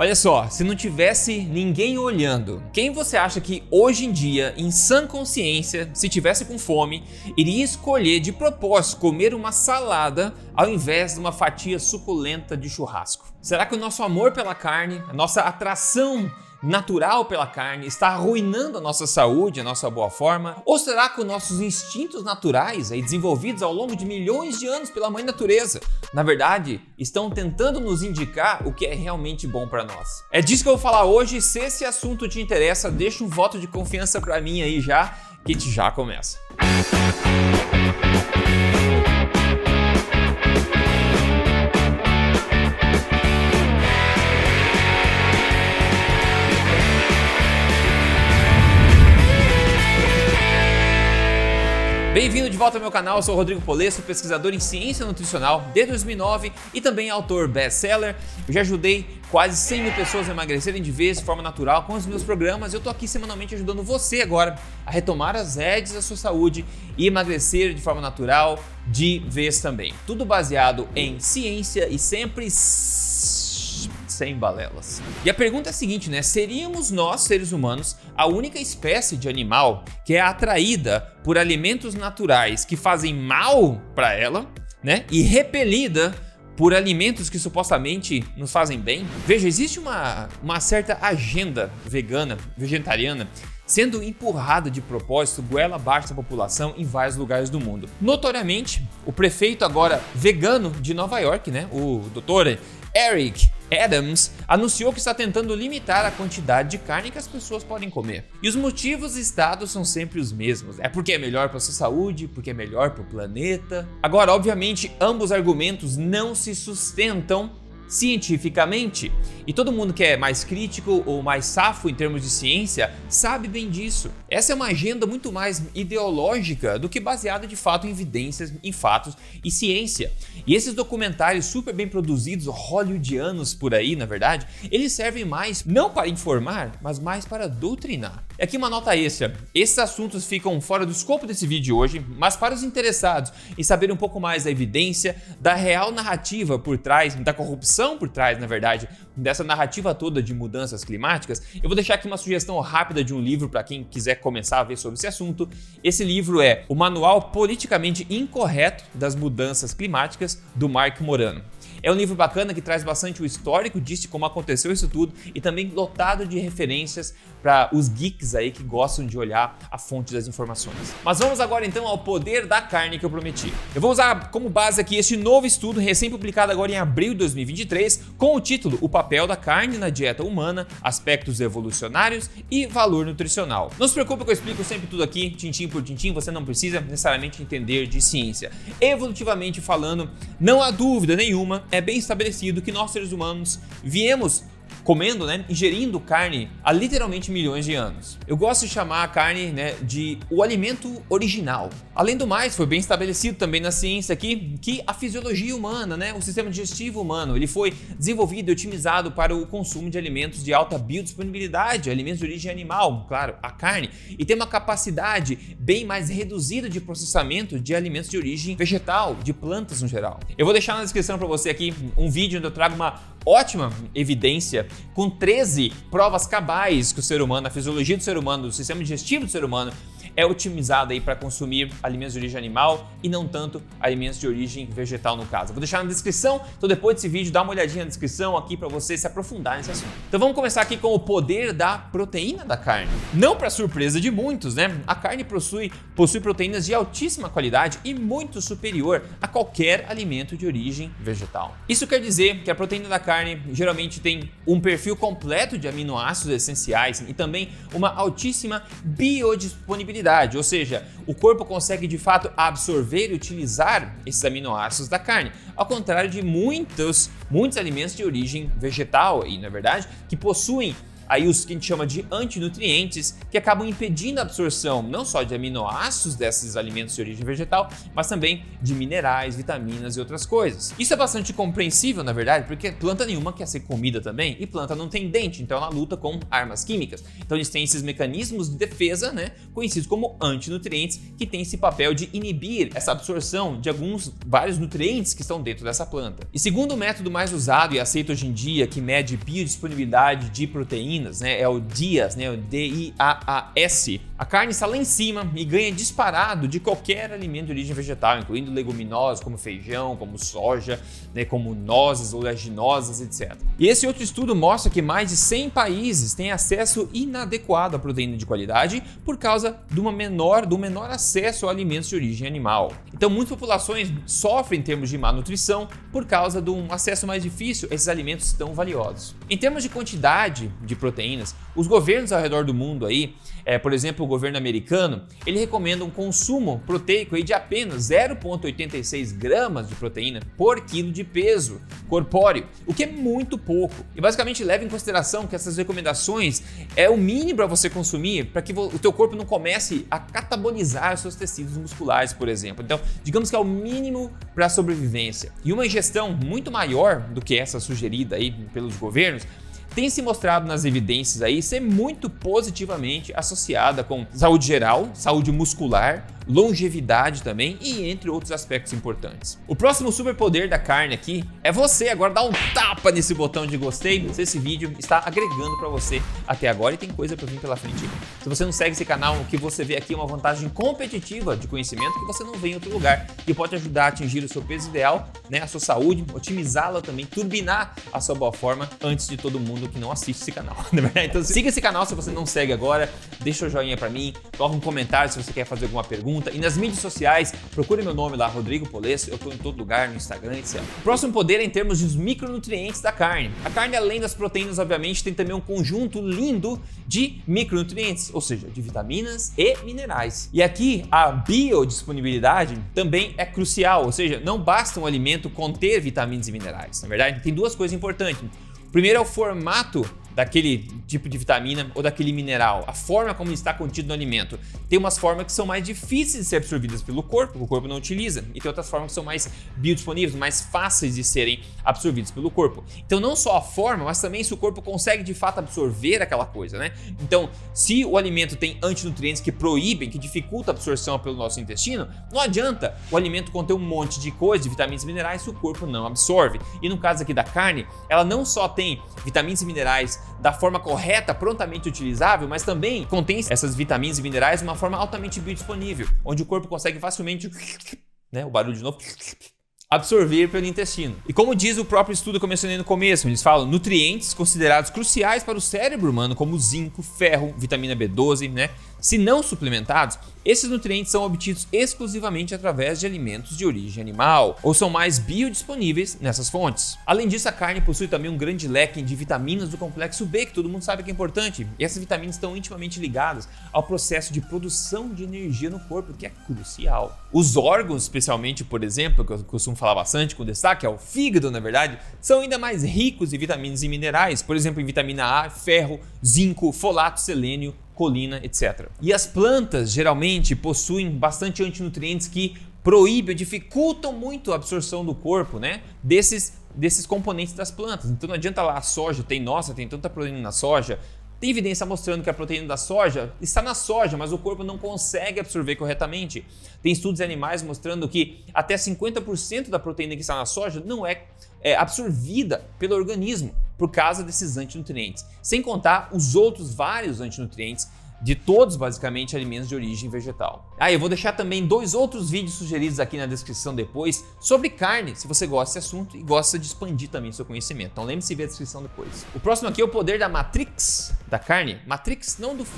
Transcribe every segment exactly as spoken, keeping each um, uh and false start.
Olha só, se não tivesse ninguém olhando, quem você acha que hoje em dia, em sã consciência, se tivesse com fome, iria escolher de propósito comer uma salada ao invés de uma fatia suculenta de churrasco? Será que o nosso amor pela carne, a nossa atração natural pela carne está arruinando a nossa saúde, a nossa boa forma? Ou será que os nossos instintos naturais, aí, desenvolvidos ao longo de milhões de anos pela mãe natureza, na verdade, estão tentando nos indicar o que é realmente bom para nós? É disso que eu vou falar hoje. Se esse assunto te interessa, deixa um voto de confiança para mim aí já, que a gente já começa. Bem-vindo de volta ao meu canal, eu sou o Rodrigo Polesso, pesquisador em ciência nutricional desde dois mil e nove e também autor best-seller. Eu já ajudei quase cem mil pessoas a emagrecerem de vez de forma natural com os meus programas. Eu tô aqui semanalmente ajudando você agora a retomar as rédeas da sua saúde e emagrecer de forma natural de vez também. Tudo baseado em ciência e sempre sem balelas. E a pergunta é a seguinte, né? Seríamos nós, seres humanos, a única espécie de animal que é atraída por alimentos naturais que fazem mal para ela, né? E repelida por alimentos que supostamente nos fazem bem? Veja, existe uma, uma certa agenda vegana, vegetariana, sendo empurrada de propósito goela abaixo da população em vários lugares do mundo. Notoriamente, o prefeito agora vegano de Nova York, né? O doutor Eric Adams, anunciou que está tentando limitar a quantidade de carne que as pessoas podem comer. E os motivos listados são sempre os mesmos. É porque é melhor para a sua saúde, porque é melhor para o planeta. Agora, obviamente, ambos argumentos não se sustentam cientificamente. E todo mundo que é mais crítico ou mais safo em termos de ciência sabe bem disso. Essa é uma agenda muito mais ideológica do que baseada de fato em evidências, em fatos e ciência. E esses documentários super bem produzidos, hollywoodianos por aí, na verdade, eles servem mais não para informar, mas mais para doutrinar. E aqui uma nota extra. Esses assuntos ficam fora do escopo desse vídeo de hoje, mas para os interessados em saber um pouco mais da evidência, da real narrativa por trás, da corrupção por trás, na verdade, dessa narrativa toda de mudanças climáticas, eu vou deixar aqui uma sugestão rápida de um livro para quem quiser começar a ver sobre esse assunto. Esse livro é O Manual Politicamente Incorreto das Mudanças Climáticas, do Mark Morano. É um livro bacana que traz bastante o histórico disso, como aconteceu isso tudo, e também lotado de referências para os geeks aí que gostam de olhar a fonte das informações. Mas vamos agora então ao poder da carne que eu prometi. Eu vou usar como base aqui este novo estudo recém-publicado agora em abril de dois mil e vinte e três com o título O Papel da Carne na Dieta Humana, Aspectos Evolucionários e Valor Nutricional. Não se preocupe que eu explico sempre tudo aqui, tintim por tintim, você não precisa necessariamente entender de ciência. Evolutivamente falando, não há dúvida nenhuma, é bem estabelecido que nós seres humanos viemos comendo, né, ingerindo carne há literalmente milhões de anos. Eu gosto de chamar a carne, né, de o alimento original. Além do mais, foi bem estabelecido também na ciência aqui que a fisiologia humana, né, o sistema digestivo humano, ele foi desenvolvido e otimizado para o consumo de alimentos de alta biodisponibilidade, alimentos de origem animal, claro, a carne, e tem uma capacidade bem mais reduzida de processamento de alimentos de origem vegetal, de plantas no geral. Eu vou deixar na descrição para você aqui um vídeo onde eu trago uma ótima evidência com treze provas cabais que o ser humano, a fisiologia do ser humano, do sistema digestivo do ser humano é otimizado aí para consumir alimentos de origem animal e não tanto alimentos de origem vegetal no caso. Eu vou deixar na descrição, então depois desse vídeo dá uma olhadinha na descrição aqui para você se aprofundar nesse assunto. Então vamos começar aqui com o poder da proteína da carne. Não para surpresa de muitos, né? A carne possui, possui proteínas de altíssima qualidade e muito superior a qualquer alimento de origem vegetal. Isso quer dizer que a proteína da carne geralmente tem um perfil completo de aminoácidos essenciais e também uma altíssima biodisponibilidade. Ou seja, o corpo consegue de fato absorver e utilizar esses aminoácidos da carne, ao contrário de muitos, muitos alimentos de origem vegetal, aí, na verdade, que possuem aí os que a gente chama de antinutrientes, que acabam impedindo a absorção não só de aminoácidos desses alimentos de origem vegetal, mas também de minerais, vitaminas e outras coisas. Isso é bastante compreensível, na verdade, porque planta nenhuma quer ser comida também, e planta não tem dente, então ela luta com armas químicas. Então eles têm esses mecanismos de defesa, né, conhecidos como antinutrientes, que têm esse papel de inibir essa absorção de alguns vários nutrientes que estão dentro dessa planta. E segundo o método mais usado e aceito hoje em dia, que mede biodisponibilidade de proteínas, né, é o D I A S, né, o D I A A S, a carne está lá em cima e ganha disparado de qualquer alimento de origem vegetal, incluindo leguminosas como feijão, como soja, né, como nozes, oleaginosas, etcétera. E esse outro estudo mostra que mais de cem países têm acesso inadequado à proteína de qualidade por causa de uma menor, do menor acesso a alimentos de origem animal. Então, muitas populações sofrem em termos de má nutrição por causa de um acesso mais difícil a esses alimentos tão valiosos. Em termos de quantidade de proteínas, os governos ao redor do mundo aí, é, por exemplo, o governo americano, ele recomenda um consumo proteico aí de apenas zero vírgula oitenta e seis gramas de proteína por quilo de peso corpóreo, o que é muito pouco. E basicamente leva em consideração que essas recomendações é o mínimo para você consumir para que o teu corpo não comece a catabolizar os seus tecidos musculares, por exemplo. Então, digamos que é o mínimo para a sobrevivência. E uma ingestão muito maior do que essa sugerida aí pelos governos tem se mostrado nas evidências aí ser muito positivamente associada com saúde geral, saúde muscular, longevidade também e entre outros aspectos importantes. O próximo superpoder da carne aqui é você agora dar um tapa nesse botão de gostei se esse vídeo está agregando para você até agora e tem coisa para vir pela frente. Se você não segue esse canal, o que você vê aqui é uma vantagem competitiva de conhecimento que você não vê em outro lugar e pode ajudar a atingir o seu peso ideal, né, a sua saúde, otimizá-la também, turbinar a sua boa forma antes de todo mundo que não assiste esse canal. Então siga esse canal se você não segue agora, deixa o joinha para mim, coloca um comentário se você quer fazer alguma pergunta. E nas mídias sociais, procure meu nome lá, Rodrigo Polesso, eu estou em todo lugar, no Instagram, etcétera. O próximo poder é em termos dos micronutrientes da carne. A carne, além das proteínas, obviamente, tem também um conjunto lindo de micronutrientes, ou seja, de vitaminas e minerais. E aqui, a biodisponibilidade também é crucial, ou seja, não basta um alimento conter vitaminas e minerais. Na verdade, tem duas coisas importantes. Primeiro é o formato daquele tipo de vitamina ou daquele mineral, a forma como está contido no alimento. Tem umas formas que são mais difíceis de ser absorvidas pelo corpo, que o corpo não utiliza, e tem outras formas que são mais biodisponíveis, mais fáceis de serem absorvidas pelo corpo. Então não só a forma, mas também se o corpo consegue de fato absorver aquela coisa, né? Então, se o alimento tem antinutrientes que proíbem, que dificultam a absorção pelo nosso intestino, não adianta o alimento conter um monte de coisa, de vitaminas e minerais, se o corpo não absorve. E no caso aqui da carne, ela não só tem vitaminas e minerais da forma correta, prontamente utilizável, mas também contém essas vitaminas e minerais de uma forma altamente biodisponível, onde o corpo consegue facilmente, né, o barulho de novo, absorver pelo intestino. E como diz o próprio estudo que eu mencionei no começo, eles falam nutrientes considerados cruciais para o cérebro humano, como zinco, ferro, vitamina B doze, né? Se não suplementados, esses nutrientes são obtidos exclusivamente através de alimentos de origem animal, ou são mais biodisponíveis nessas fontes. Além disso, a carne possui também um grande leque de vitaminas do complexo B, que todo mundo sabe que é importante. E essas vitaminas estão intimamente ligadas ao processo de produção de energia no corpo, que é crucial. Os órgãos, especialmente, por exemplo, que eu costumo falar bastante com destaque, é o fígado, na verdade, são ainda mais ricos em vitaminas e minerais, por exemplo, em vitamina A, ferro, zinco, folato, selênio, colina, etcétera. E as plantas geralmente possuem bastante antinutrientes que proíbem, dificultam muito a absorção do corpo, né, desses, desses componentes das plantas. Então não adianta lá a soja, tem, nossa, tem tanta proteína na soja. Tem evidência mostrando que a proteína da soja está na soja, mas o corpo não consegue absorver corretamente. Tem estudos em animais mostrando que até cinquenta por cento da proteína que está na soja não é, é absorvida pelo organismo por causa desses antinutrientes. Sem contar os outros vários antinutrientes de todos, basicamente, alimentos de origem vegetal. Ah, eu vou deixar também dois outros vídeos sugeridos aqui na descrição depois sobre carne, se você gosta desse assunto e gosta de expandir também seu conhecimento. Então lembre-se de ver a descrição depois. O próximo aqui é o poder da Matrix da carne. Matrix não do filme,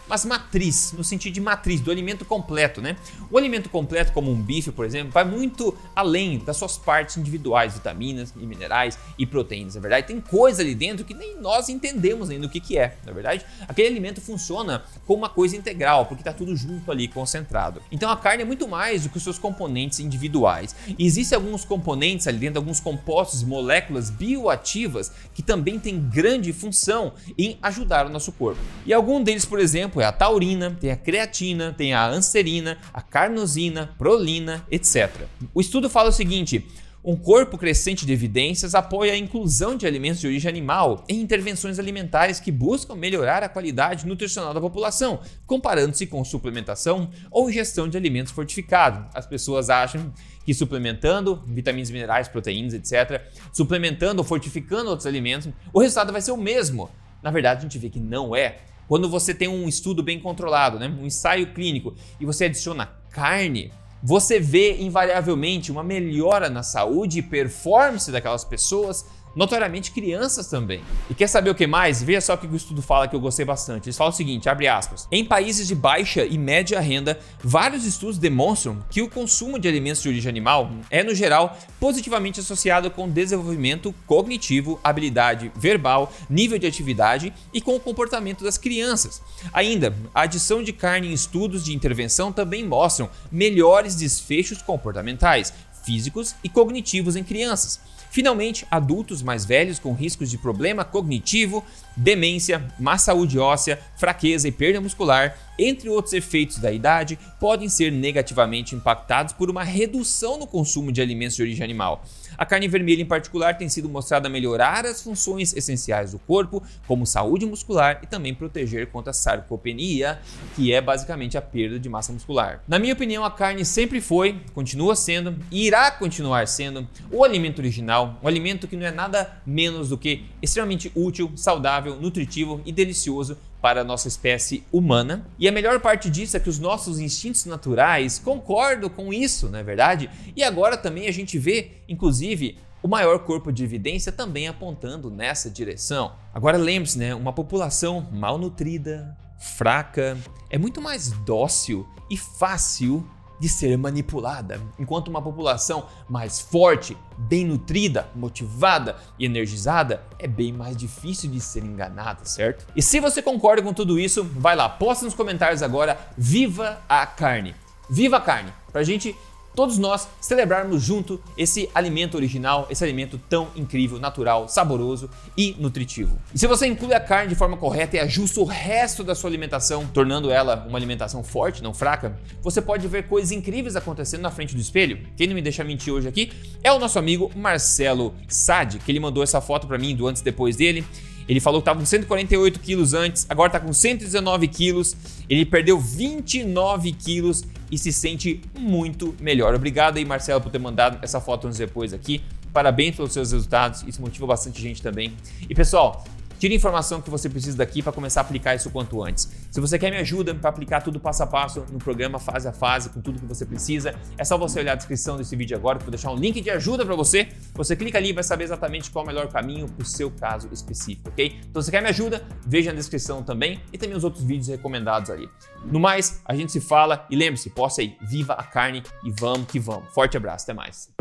mas matriz, no sentido de matriz, do alimento completo, né? O alimento completo, como um bife, por exemplo, vai muito além das suas partes individuais, vitaminas e minerais e proteínas, na verdade. Tem coisa ali dentro que nem nós entendemos ainda o que que é, na verdade. Aquele alimento funciona como uma coisa integral, porque está tudo junto ali, concentrado. Então a carne é muito mais do que os seus componentes individuais. E existem alguns componentes ali dentro, alguns compostos e moléculas bioativas que também têm grande função em ajudar o nosso corpo. E algum deles, por exemplo, é a taurina, tem a creatina, tem a anserina, a carnosina, prolina, etcétera. O estudo fala o seguinte: um corpo crescente de evidências apoia a inclusão de alimentos de origem animal em intervenções alimentares que buscam melhorar a qualidade nutricional da população, comparando-se com suplementação ou ingestão de alimentos fortificados. As pessoas acham que suplementando vitaminas, minerais, proteínas, etcétera, suplementando ou fortificando outros alimentos, o resultado vai ser o mesmo. Na verdade, a gente vê que não é. Quando você tem um estudo bem controlado, né, um ensaio clínico, e você adiciona carne, você vê invariavelmente uma melhora na saúde e performance daquelas pessoas, notoriamente crianças também. E quer saber o que mais? Veja só o que o estudo fala, que eu gostei bastante. Eles falam o seguinte, abre aspas: em países de baixa e média renda, vários estudos demonstram que o consumo de alimentos de origem animal é, no geral, positivamente associado com desenvolvimento cognitivo, habilidade verbal, nível de atividade e com o comportamento das crianças. Ainda, a adição de carne em estudos de intervenção também mostram melhores desfechos comportamentais, físicos e cognitivos em crianças. Finalmente, adultos mais velhos com riscos de problema cognitivo, demência, má saúde óssea, fraqueza e perda muscular, entre outros efeitos da idade, podem ser negativamente impactados por uma redução no consumo de alimentos de origem animal. A carne vermelha, em particular, tem sido mostrada a melhorar as funções essenciais do corpo, como saúde muscular e também proteger contra a sarcopenia, que é basicamente a perda de massa muscular. Na minha opinião, a carne sempre foi, continua sendo e irá continuar sendo o alimento original, um alimento que não é nada menos do que extremamente útil, saudável, nutritivo e delicioso para a nossa espécie humana. E a melhor parte disso é que os nossos instintos naturais concordam com isso, não é verdade? E agora também a gente vê, inclusive, o maior corpo de evidência também apontando nessa direção. Agora lembre-se, né? Uma população mal nutrida, fraca, é muito mais dócil e fácil de ser manipulada, enquanto uma população mais forte, bem nutrida, motivada e energizada é bem mais difícil de ser enganada, certo? E se você concorda com tudo isso, vai lá, posta nos comentários agora, viva a carne! Viva a carne! Pra gente, todos nós, celebrarmos junto esse alimento original, esse alimento tão incrível, natural, saboroso e nutritivo. E se você inclui a carne de forma correta e ajusta o resto da sua alimentação, tornando ela uma alimentação forte, não fraca, você pode ver coisas incríveis acontecendo na frente do espelho. Quem não me deixa mentir hoje aqui é o nosso amigo Marcelo Sade, que ele mandou essa foto para mim do antes e depois dele. Ele falou que estava com cento e quarenta e oito quilos antes, agora está com cento e dezenove quilos, ele perdeu vinte e nove quilos e se sente muito melhor. Obrigado aí, Marcelo, por ter mandado essa foto antes e depois aqui. Parabéns pelos seus resultados, isso motiva bastante gente também. E pessoal, tire a informação que você precisa daqui para começar a aplicar isso quanto antes. Se você quer me ajuda para aplicar tudo passo a passo no programa Fase a Fase, com tudo que você precisa, é só você olhar a descrição desse vídeo agora, que eu vou deixar um link de ajuda para você. Você clica ali e vai saber exatamente qual é o melhor caminho para o seu caso específico, ok? Então, se você quer me ajuda, veja na descrição também e também os outros vídeos recomendados ali. No mais, a gente se fala e lembre-se, possa aí, viva a carne e vamos que vamos. Forte abraço, até mais.